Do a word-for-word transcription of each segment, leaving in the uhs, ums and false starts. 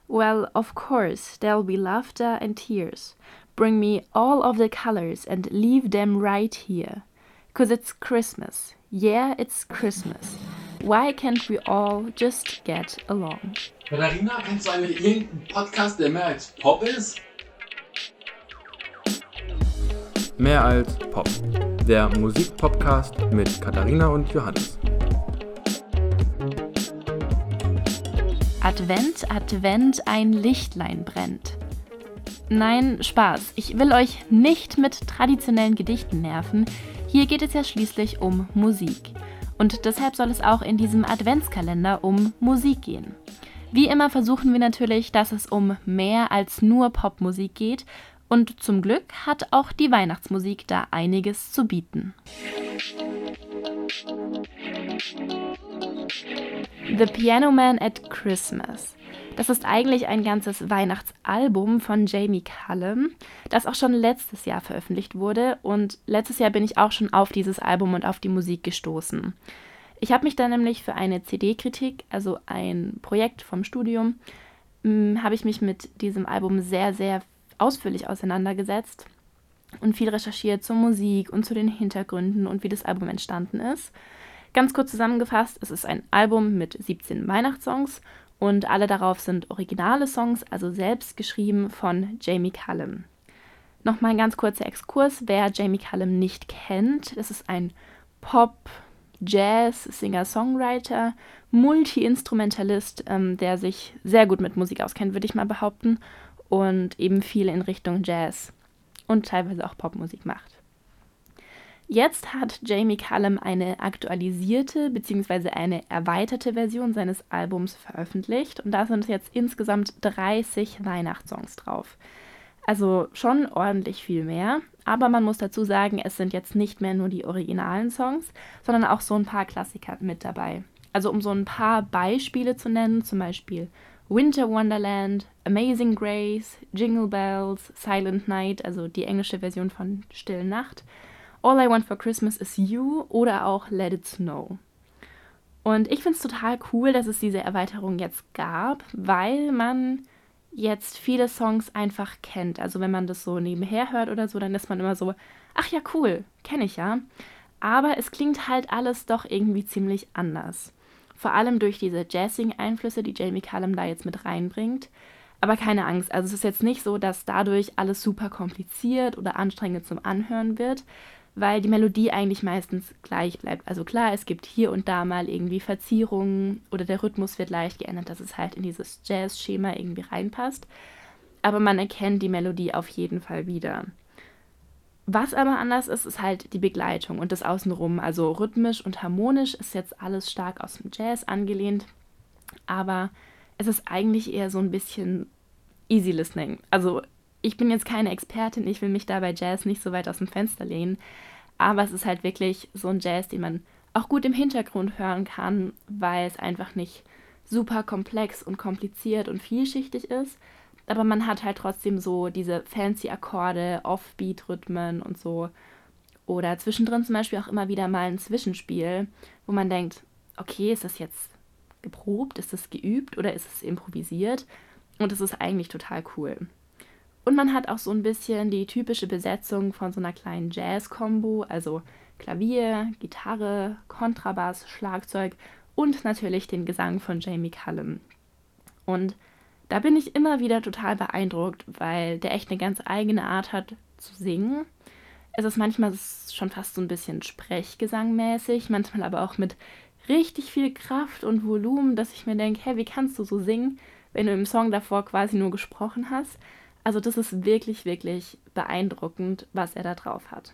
Well, of course, there'll be laughter and tears. Bring me all of the colors and leave them right here. 'Cause it's Christmas. Yeah, it's Christmas. Why can't we all just get along? Katharina, kennst du eigentlich irgendeinen Podcast, der mehr als Pop ist? Mehr als Pop. Der Musikpodcast mit Katharina und Johannes. Advent, Advent, ein Lichtlein brennt. Nein, Spaß. Ich will euch nicht mit traditionellen Gedichten nerven. Hier geht es ja schließlich um Musik. Und deshalb soll es auch in diesem Adventskalender um Musik gehen. Wie immer versuchen wir natürlich, dass es um mehr als nur Popmusik geht. Und zum Glück hat auch die Weihnachtsmusik da einiges zu bieten. The Piano Man at Christmas. Das ist eigentlich ein ganzes Weihnachtsalbum von Jamie Cullum, das auch schon letztes Jahr veröffentlicht wurde. Und letztes Jahr bin ich auch schon auf dieses Album und auf die Musik gestoßen. Ich habe mich dann nämlich für eine C D-Kritik, also ein Projekt vom Studium, mh, habe ich mich mit diesem Album sehr, sehr ausführlich auseinandergesetzt und viel recherchiert zur Musik und zu den Hintergründen und wie das Album entstanden ist. Ganz kurz zusammengefasst, es ist ein Album mit siebzehn Weihnachtssongs und alle darauf sind originale Songs, also selbst geschrieben von Jamie Cullum. Nochmal ein ganz kurzer Exkurs, wer Jamie Cullum nicht kennt. Das ist ein Pop-, Jazz-, Singer-Songwriter, Multi-Instrumentalist, ähm, der sich sehr gut mit Musik auskennt, würde ich mal behaupten, und eben viel in Richtung Jazz und teilweise auch Popmusik macht. Jetzt hat Jamie Cullum eine aktualisierte bzw. eine erweiterte Version seines Albums veröffentlicht und da sind jetzt insgesamt dreißig Weihnachtssongs drauf. Also schon ordentlich viel mehr, aber man muss dazu sagen, es sind jetzt nicht mehr nur die originalen Songs, sondern auch so ein paar Klassiker mit dabei. Also um so ein paar Beispiele zu nennen, zum Beispiel Winter Wonderland, Amazing Grace, Jingle Bells, Silent Night, also die englische Version von Stille Nacht, All I Want for Christmas is You oder auch Let It Snow. Und ich finde es total cool, dass es diese Erweiterung jetzt gab, weil man jetzt viele Songs einfach kennt. Also wenn man das so nebenher hört oder so, dann ist man immer so, ach ja, cool, kenne ich ja. Aber es klingt halt alles doch irgendwie ziemlich anders. Vor allem durch diese Jazzing-Einflüsse, die Jamie Cullum da jetzt mit reinbringt. Aber keine Angst, also es ist jetzt nicht so, dass dadurch alles super kompliziert oder anstrengend zum Anhören wird, weil die Melodie eigentlich meistens gleich bleibt. Also klar, es gibt hier und da mal irgendwie Verzierungen oder der Rhythmus wird leicht geändert, dass es halt in dieses Jazz-Schema irgendwie reinpasst. Aber man erkennt die Melodie auf jeden Fall wieder. Was aber anders ist, ist halt die Begleitung und das Außenrum. Also rhythmisch und harmonisch ist jetzt alles stark aus dem Jazz angelehnt, aber es ist eigentlich eher so ein bisschen easy listening. Also ich bin jetzt keine Expertin, ich will mich da bei Jazz nicht so weit aus dem Fenster lehnen, aber es ist halt wirklich so ein Jazz, den man auch gut im Hintergrund hören kann, weil es einfach nicht super komplex und kompliziert und vielschichtig ist, aber man hat halt trotzdem so diese fancy Akkorde, Offbeat-Rhythmen und so oder zwischendrin zum Beispiel auch immer wieder mal ein Zwischenspiel, wo man denkt, okay, ist das jetzt geprobt, ist das geübt oder ist es improvisiert? Und das ist eigentlich total cool. Und man hat auch so ein bisschen die typische Besetzung von so einer kleinen Jazz-Kombo, also Klavier, Gitarre, Kontrabass, Schlagzeug und natürlich den Gesang von Jamie Cullum. Und da bin ich immer wieder total beeindruckt, weil der echt eine ganz eigene Art hat zu singen. Es ist manchmal schon fast so ein bisschen Sprechgesangmäßig, manchmal aber auch mit richtig viel Kraft und Volumen, dass ich mir denke, hey, wie kannst du so singen, wenn du im Song davor quasi nur gesprochen hast? Also das ist wirklich, wirklich beeindruckend, was er da drauf hat.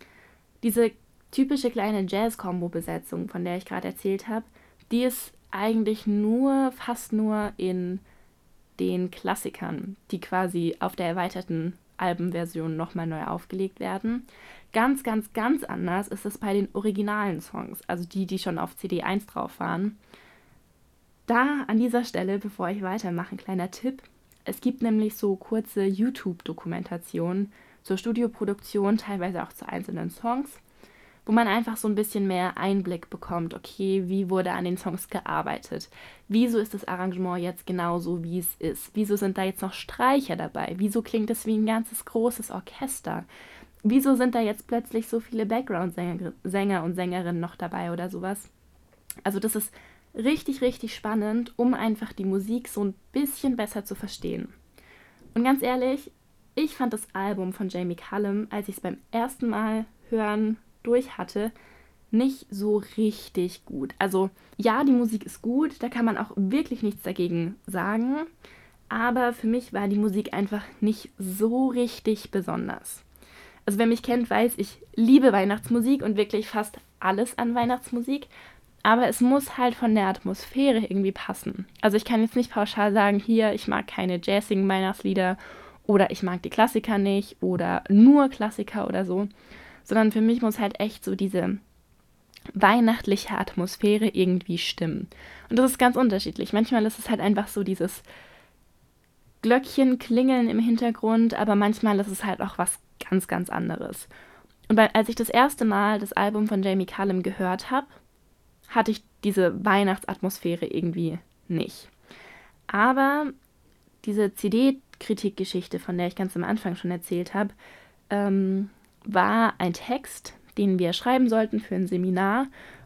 Diese typische kleine Jazz-Kombo-Besetzung, von der ich gerade erzählt habe, die ist eigentlich nur, fast nur in den Klassikern, die quasi auf der erweiterten Albenversion nochmal neu aufgelegt werden. Ganz, ganz, ganz anders ist es bei den originalen Songs, also die, die schon auf C D eins drauf waren. Da an dieser Stelle, bevor ich weitermache, ein kleiner Tipp. Es gibt nämlich so kurze YouTube-Dokumentationen zur Studioproduktion, teilweise auch zu einzelnen Songs. wo man einfach so ein bisschen mehr Einblick bekommt, okay, wie wurde an den Songs gearbeitet? Wieso ist das Arrangement jetzt genauso, wie es ist? Wieso sind da jetzt noch Streicher dabei? Wieso klingt es wie ein ganzes großes Orchester? Wieso sind da jetzt plötzlich so viele Background-Sänger Sänger und Sängerinnen noch dabei oder sowas? Also das ist richtig, richtig spannend, um einfach die Musik so ein bisschen besser zu verstehen. Und ganz ehrlich, ich fand das Album von Jamie Cullum, als ich es beim ersten Mal hören durch hatte, nicht so richtig gut. Also ja, die Musik ist gut, da kann man auch wirklich nichts dagegen sagen, aber für mich war die Musik einfach nicht so richtig besonders. Also wer mich kennt, weiß, ich liebe Weihnachtsmusik und wirklich fast alles an Weihnachtsmusik, aber es muss halt von der Atmosphäre irgendwie passen. Also ich kann jetzt nicht pauschal sagen, hier, ich mag keine jazzigen Weihnachtslieder oder ich mag die Klassiker nicht oder nur Klassiker oder so, sondern für mich muss halt echt so diese weihnachtliche Atmosphäre irgendwie stimmen. Und das ist ganz unterschiedlich. Manchmal ist es halt einfach so dieses Glöckchen klingeln im Hintergrund, aber manchmal ist es halt auch was ganz, ganz anderes. Und weil, als ich das erste Mal das Album von Jamie Cullum gehört habe, hatte ich diese Weihnachtsatmosphäre irgendwie nicht. Aber diese C D-Kritikgeschichte, von der ich ganz am Anfang schon erzählt habe, ähm, war ein Text, den wir schreiben sollten für ein Seminar.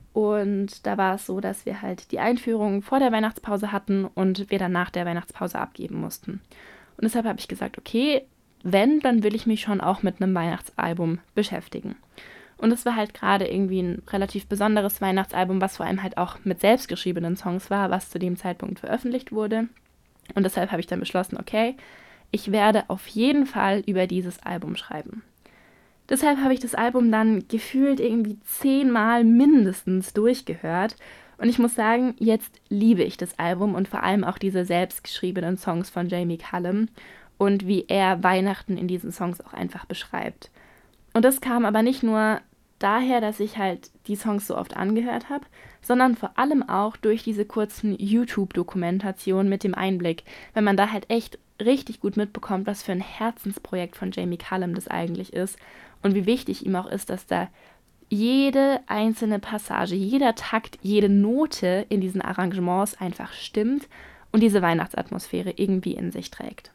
Und da war es so, dass wir halt die Einführung vor der Weihnachtspause hatten und wir dann nach der Weihnachtspause abgeben mussten. Und deshalb habe ich gesagt, okay, wenn, dann will ich mich schon auch mit einem Weihnachtsalbum beschäftigen. Und es war halt gerade irgendwie ein relativ besonderes Weihnachtsalbum, was vor allem halt auch mit selbstgeschriebenen Songs war, was zu dem Zeitpunkt veröffentlicht wurde. Und deshalb habe ich dann beschlossen, okay, ich werde auf jeden Fall über dieses Album schreiben. Deshalb habe ich das Album dann gefühlt irgendwie zehnmal mindestens durchgehört. Und ich muss sagen, jetzt liebe ich das Album und vor allem auch diese selbstgeschriebenen Songs von Jamie Cullum und wie er Weihnachten in diesen Songs auch einfach beschreibt. Und das kam aber nicht nur daher, dass ich halt die Songs so oft angehört habe, sondern vor allem auch durch diese kurzen YouTube-Dokumentationen mit dem Einblick, wenn man da halt echt richtig gut mitbekommt, was für ein Herzensprojekt von Jamie Cullum das eigentlich ist und wie wichtig ihm auch ist, dass da jede einzelne Passage, jeder Takt, jede Note in diesen Arrangements einfach stimmt und diese Weihnachtsatmosphäre irgendwie in sich trägt.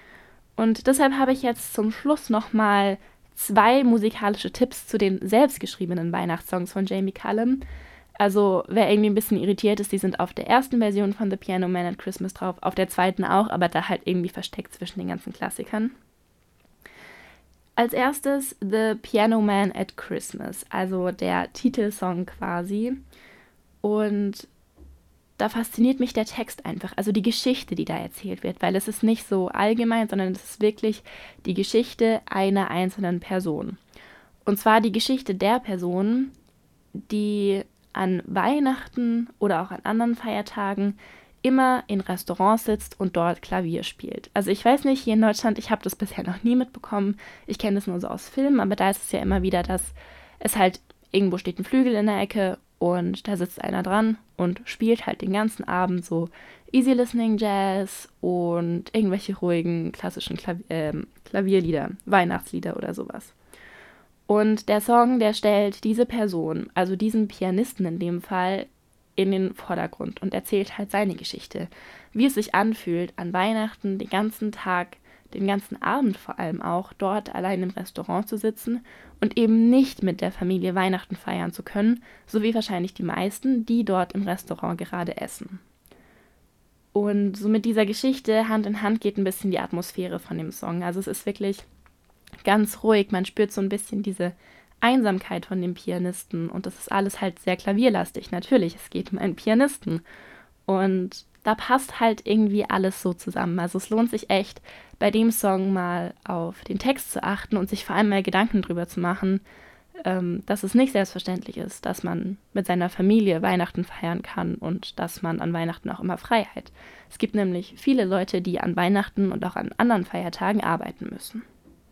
Und deshalb habe ich jetzt zum Schluss nochmal zwei musikalische Tipps zu den selbstgeschriebenen Weihnachtssongs von Jamie Cullum. Also wer irgendwie ein bisschen irritiert ist, die sind auf der ersten Version von The Piano Man at Christmas drauf, auf der zweiten auch, aber da halt irgendwie versteckt zwischen den ganzen Klassikern. Als erstes The Piano Man at Christmas, also der Titelsong quasi. Und da fasziniert mich der Text einfach, also die Geschichte, die da erzählt wird, weil es ist nicht so allgemein, sondern es ist wirklich die Geschichte einer einzelnen Person. Und zwar die Geschichte der Person, die an Weihnachten oder auch an anderen Feiertagen immer in Restaurants sitzt und dort Klavier spielt. Also ich weiß nicht, hier in Deutschland, ich habe das bisher noch nie mitbekommen, ich kenne das nur so aus Filmen, aber da ist es ja immer wieder, dass es halt irgendwo steht ein Flügel in der Ecke und da sitzt einer dran und spielt halt den ganzen Abend so Easy Listening Jazz und irgendwelche ruhigen klassischen Klavier, äh, Klavierlieder, Weihnachtslieder oder sowas. Und der Song, der stellt diese Person, also diesen Pianisten in dem Fall, in den Vordergrund und erzählt halt seine Geschichte, wie es sich anfühlt, an Weihnachten den ganzen Tag, den ganzen Abend vor allem auch, dort allein im Restaurant zu sitzen und eben nicht mit der Familie Weihnachten feiern zu können, so wie wahrscheinlich die meisten, die dort im Restaurant gerade essen. Und so mit dieser Geschichte Hand in Hand geht ein bisschen die Atmosphäre von dem Song. Also es ist wirklich ganz ruhig, man spürt so ein bisschen diese Einsamkeit von dem Pianisten und das ist alles halt sehr klavierlastig. Natürlich, es geht um einen Pianisten und da passt halt irgendwie alles so zusammen. Also es lohnt sich echt, bei dem Song mal auf den Text zu achten und sich vor allem mal Gedanken drüber zu machen, ähm, dass es nicht selbstverständlich ist, dass man mit seiner Familie Weihnachten feiern kann und dass man an Weihnachten auch immer frei hat. Es gibt nämlich viele Leute, die an Weihnachten und auch an anderen Feiertagen arbeiten müssen.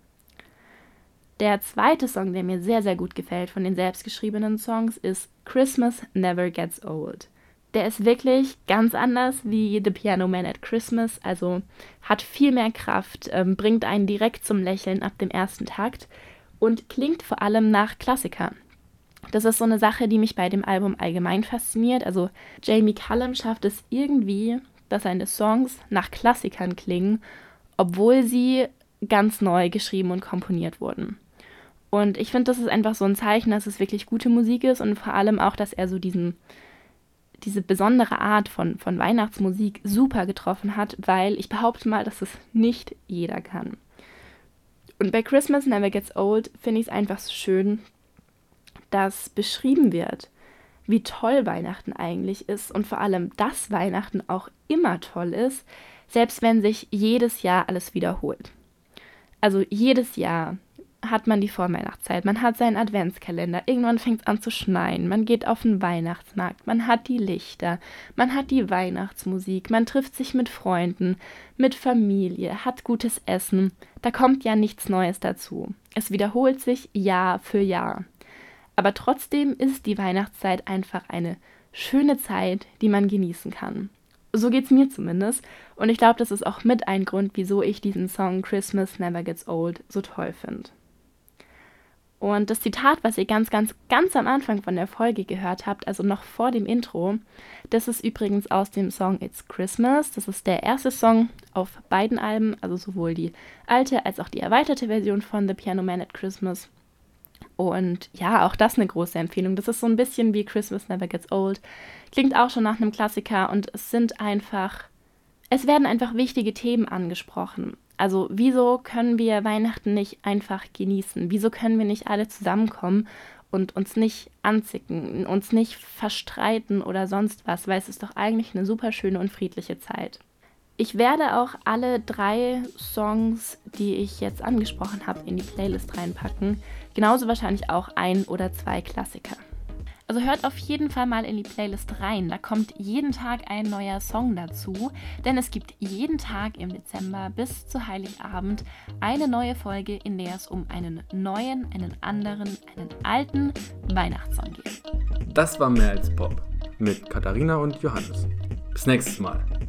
Der zweite Song, der mir sehr, sehr gut gefällt von den selbstgeschriebenen Songs, ist Christmas Never Gets Old. Der ist wirklich ganz anders wie The Piano Man at Christmas, also hat viel mehr Kraft, ähm, bringt einen direkt zum Lächeln ab dem ersten Takt und klingt vor allem nach Klassiker. Das ist so eine Sache, die mich bei dem Album allgemein fasziniert. Also Jamie Cullum schafft es irgendwie, dass seine Songs nach Klassikern klingen, obwohl sie ganz neu geschrieben und komponiert wurden. Und ich finde, das ist einfach so ein Zeichen, dass es wirklich gute Musik ist und vor allem auch, dass er so diesen, diese besondere Art von, von Weihnachtsmusik super getroffen hat, weil ich behaupte mal, dass es nicht jeder kann. Und bei Christmas Never Gets Old finde ich es einfach so schön, dass beschrieben wird, wie toll Weihnachten eigentlich ist und vor allem, dass Weihnachten auch immer toll ist, selbst wenn sich jedes Jahr alles wiederholt. Also jedes Jahr hat man die Vorweihnachtszeit, man hat seinen Adventskalender, irgendwann fängt es an zu schneien, man geht auf den Weihnachtsmarkt, man hat die Lichter, man hat die Weihnachtsmusik, man trifft sich mit Freunden, mit Familie, hat gutes Essen, da kommt ja nichts Neues dazu. Es wiederholt sich Jahr für Jahr. Aber trotzdem ist die Weihnachtszeit einfach eine schöne Zeit, die man genießen kann. So geht's mir zumindest. Und ich glaube, das ist auch mit ein Grund, wieso ich diesen Song Christmas Never Gets Old so toll finde. Und das Zitat, was ihr ganz, ganz, ganz am Anfang von der Folge gehört habt, also noch vor dem Intro, das ist übrigens aus dem Song It's Christmas. Das ist der erste Song auf beiden Alben, also sowohl die alte als auch die erweiterte Version von The Piano Man at Christmas. Und ja, auch das eine große Empfehlung. Das ist so ein bisschen wie Christmas Never Gets Old. Klingt auch schon nach einem Klassiker und es sind einfach, es werden einfach wichtige Themen angesprochen. Also wieso können wir Weihnachten nicht einfach genießen? Wieso können wir nicht alle zusammenkommen und uns nicht anzicken, uns nicht verstreiten oder sonst was? Weil es ist doch eigentlich eine super schöne und friedliche Zeit. Ich werde auch alle drei Songs, die ich jetzt angesprochen habe, in die Playlist reinpacken. Genauso wahrscheinlich auch ein oder zwei Klassiker. Also hört auf jeden Fall mal in die Playlist rein. Da kommt jeden Tag ein neuer Song dazu. Denn es gibt jeden Tag im Dezember bis zu Heiligabend eine neue Folge, in der es um einen neuen, einen anderen, einen alten Weihnachtssong geht. Das war Mehr als Pop mit Katharina und Johannes. Bis nächstes Mal.